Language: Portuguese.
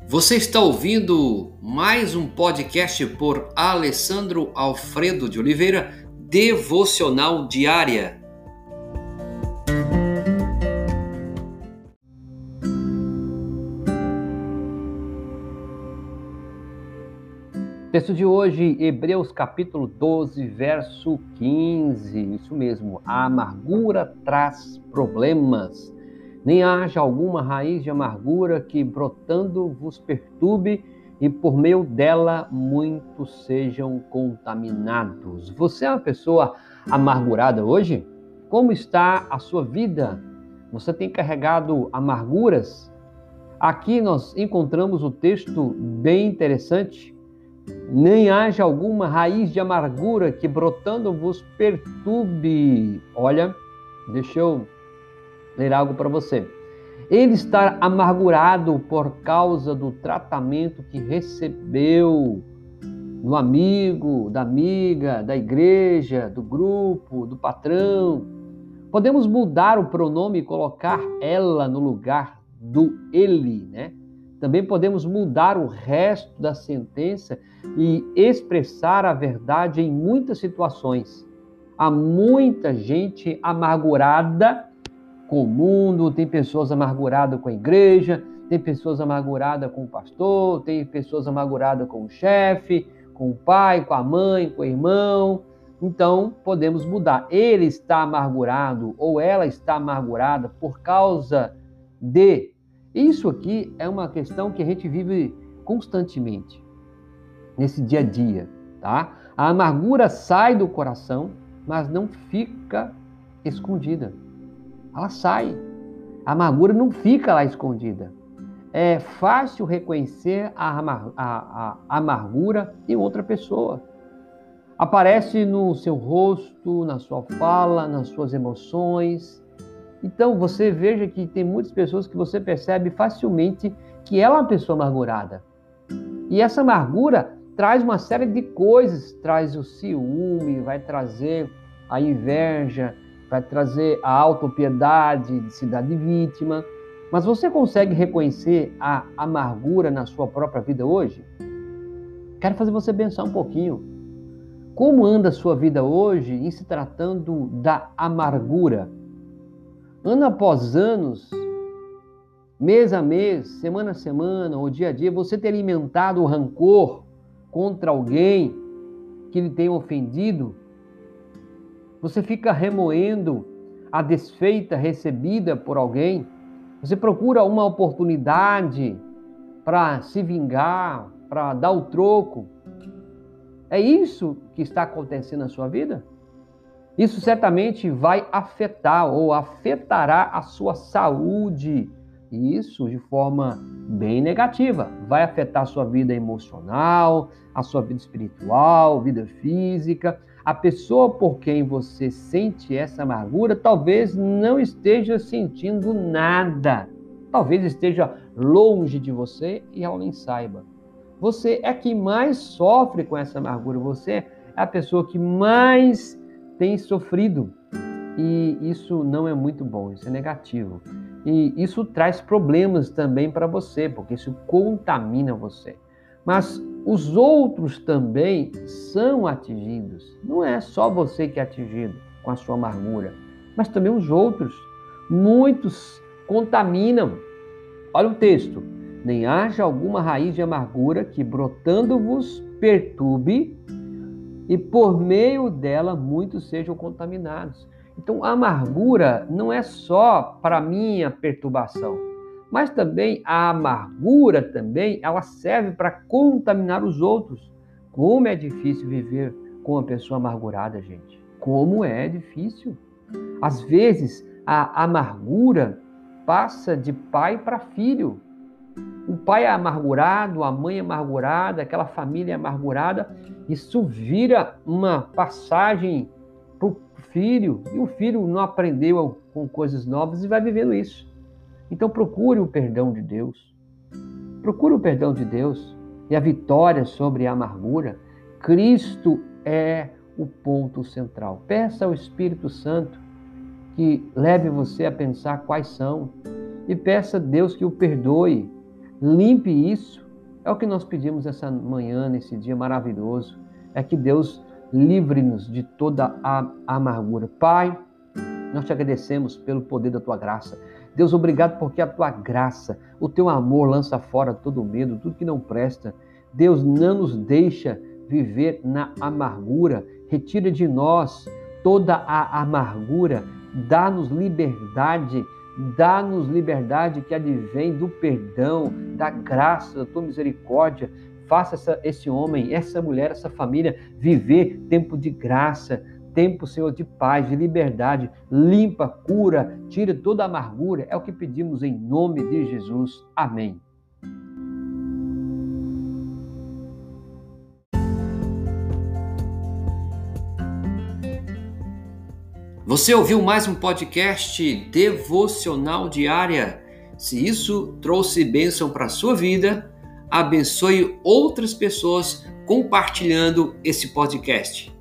Você está ouvindo mais um podcast por Alessandro Alfredo de Oliveira, Devocional Diária. Texto de hoje, Hebreus capítulo 12, verso 15. Isso mesmo, a amargura traz problemas. Nem haja alguma raiz de amargura que brotando vos perturbe e por meio dela muitos sejam contaminados. Você é uma pessoa amargurada hoje? Como está a sua vida? Você tem carregado amarguras? Aqui nós encontramos um texto bem interessante. Nem haja alguma raiz de amargura que brotando vos perturbe. Olha, deixa eu ler algo para você. Ele está amargurado por causa do tratamento que recebeu do amigo, da amiga, da igreja, do grupo, do patrão. Podemos mudar o pronome e colocar ela no lugar do ele, né? Também podemos mudar o resto da sentença e expressar a verdade em muitas situações. Há muita gente amargurada com o mundo, tem pessoas amarguradas com a igreja, tem pessoas amarguradas com o pastor, tem pessoas amarguradas com o chefe, com o pai, com a mãe, com o irmão. Então, podemos mudar. Ele está amargurado ou ela está amargurada por causa de... Isso aqui é uma questão que a gente vive constantemente, nesse dia a dia, tá? A amargura sai do coração, mas não fica escondida. Ela sai. A amargura não fica lá escondida. É fácil reconhecer a amargura em outra pessoa. Aparece no seu rosto, na sua fala, nas suas emoções. Então, você veja que tem muitas pessoas que você percebe facilmente que ela é uma pessoa amargurada. E essa amargura traz uma série de coisas. Traz o ciúme, vai trazer a inveja, vai trazer a autopiedade de se dar de vítima. Mas você consegue reconhecer a amargura na sua própria vida hoje? Quero fazer você pensar um pouquinho. Como anda a sua vida hoje em se tratando da amargura? Ano após anos, mês a mês, semana a semana, ou dia a dia, você tem alimentado o rancor contra alguém que lhe tem ofendido? Você fica remoendo a desfeita recebida por alguém? Você procura uma oportunidade para se vingar, para dar o troco? É isso que está acontecendo na sua vida? Isso certamente vai afetar ou afetará a sua saúde. E isso de forma bem negativa. Vai afetar a sua vida emocional, a sua vida espiritual, vida física. A pessoa por quem você sente essa amargura talvez não esteja sentindo nada. Talvez esteja longe de você e ela nem saiba. Você é quem mais sofre com essa amargura. Você é a pessoa que mais tem sofrido. E isso não é muito bom, isso é negativo. E isso traz problemas também para você, porque isso contamina você. Mas os outros também são atingidos. Não é só você que é atingido com a sua amargura, mas também os outros. Muitos contaminam. Olha o texto. Nem haja alguma raiz de amargura que brotando vos perturbe e por meio dela muitos sejam contaminados. Então a amargura não é só para minha perturbação, mas também a amargura também, ela serve para contaminar os outros. Como é difícil viver com uma pessoa amargurada, gente. Como é difícil. Às vezes a amargura passa de pai para filho. O pai é amargurado, a mãe é amargurada, aquela família é amargurada. Isso vira uma passagem para o filho. E o filho não aprendeu com coisas novas e vai vivendo isso. Então procure o perdão de Deus. Procure o perdão de Deus e a vitória sobre a amargura. Cristo é o ponto central. Peça ao Espírito Santo que leve você a pensar quais são. E peça a Deus que o perdoe. limpe isso. É o que nós pedimos essa manhã, nesse dia maravilhoso. É que Deus livre-nos de toda a amargura. Pai, nós te agradecemos pelo poder da tua graça. Deus, obrigado porque a tua graça, o teu amor lança fora todo medo, tudo que não presta. Deus, não nos deixa viver na amargura. Retira de nós toda a amargura. Dá-nos liberdade que advém do perdão, da graça, da tua misericórdia. Faça esse homem, essa mulher, essa família viver tempo de graça, tempo, Senhor, de paz, de liberdade. Limpa, cura, tira toda a amargura. É o que pedimos em nome de Jesus. Amém. Você ouviu mais um podcast devocional diária? Se isso trouxe bênção para a sua vida, abençoe outras pessoas compartilhando esse podcast.